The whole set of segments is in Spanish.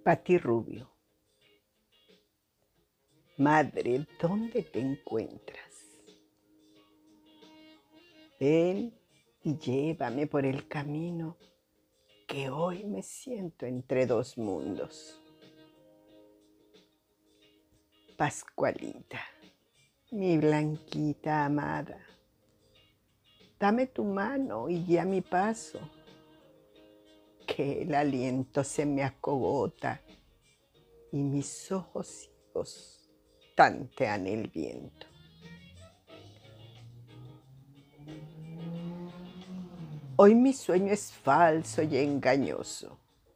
Pati Rubio. Madre, ¿dónde te encuentras? Ven y llévame por el camino, que hoy me siento entre dos mundos. Pascualita, mi blanquita amada, dame tu mano y guía mi paso, que el aliento se me acogota y mis ojos ciegos tantean el viento. Hoy mi sueño es falso y engañoso.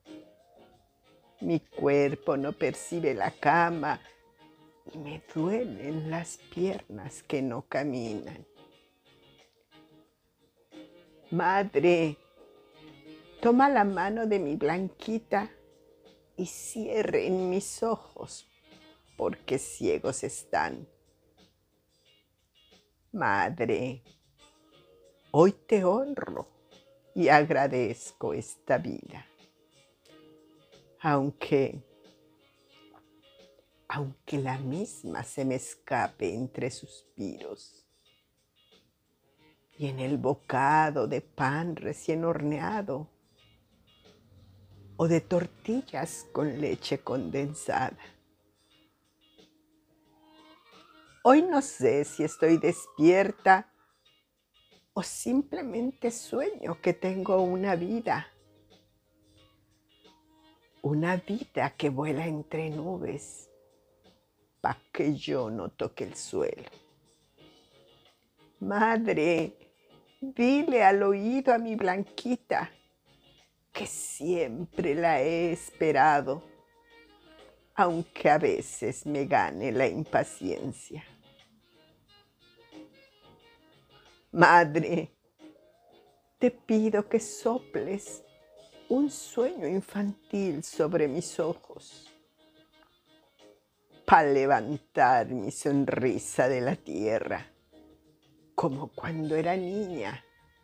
Mi cuerpo no percibe la cama y me duelen las piernas que no caminan. Madre, toma la mano de mi blanquita y cierren mis ojos, porque ciegos están. Madre, hoy te honro y agradezco esta vida, aunque la misma se me escape entre suspiros. Y en el bocado de pan recién horneado o de tortillas con leche condensada. Hoy no sé si estoy despierta o simplemente sueño que tengo una vida que vuela entre nubes pa' que yo no toque el suelo. Madre, dile al oído a mi blanquita que siempre la he esperado, aunque a veces me gane la impaciencia. Madre, te pido que soples un sueño infantil sobre mis ojos, para levantar mi sonrisa de la tierra, como cuando era niña,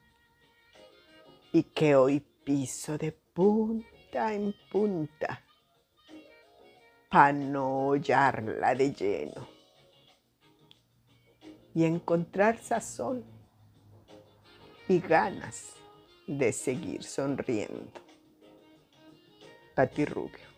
y que hoy piso de punta en punta, para no hollarla de lleno y encontrar sazón y ganas de seguir sonriendo. Pati Rubio.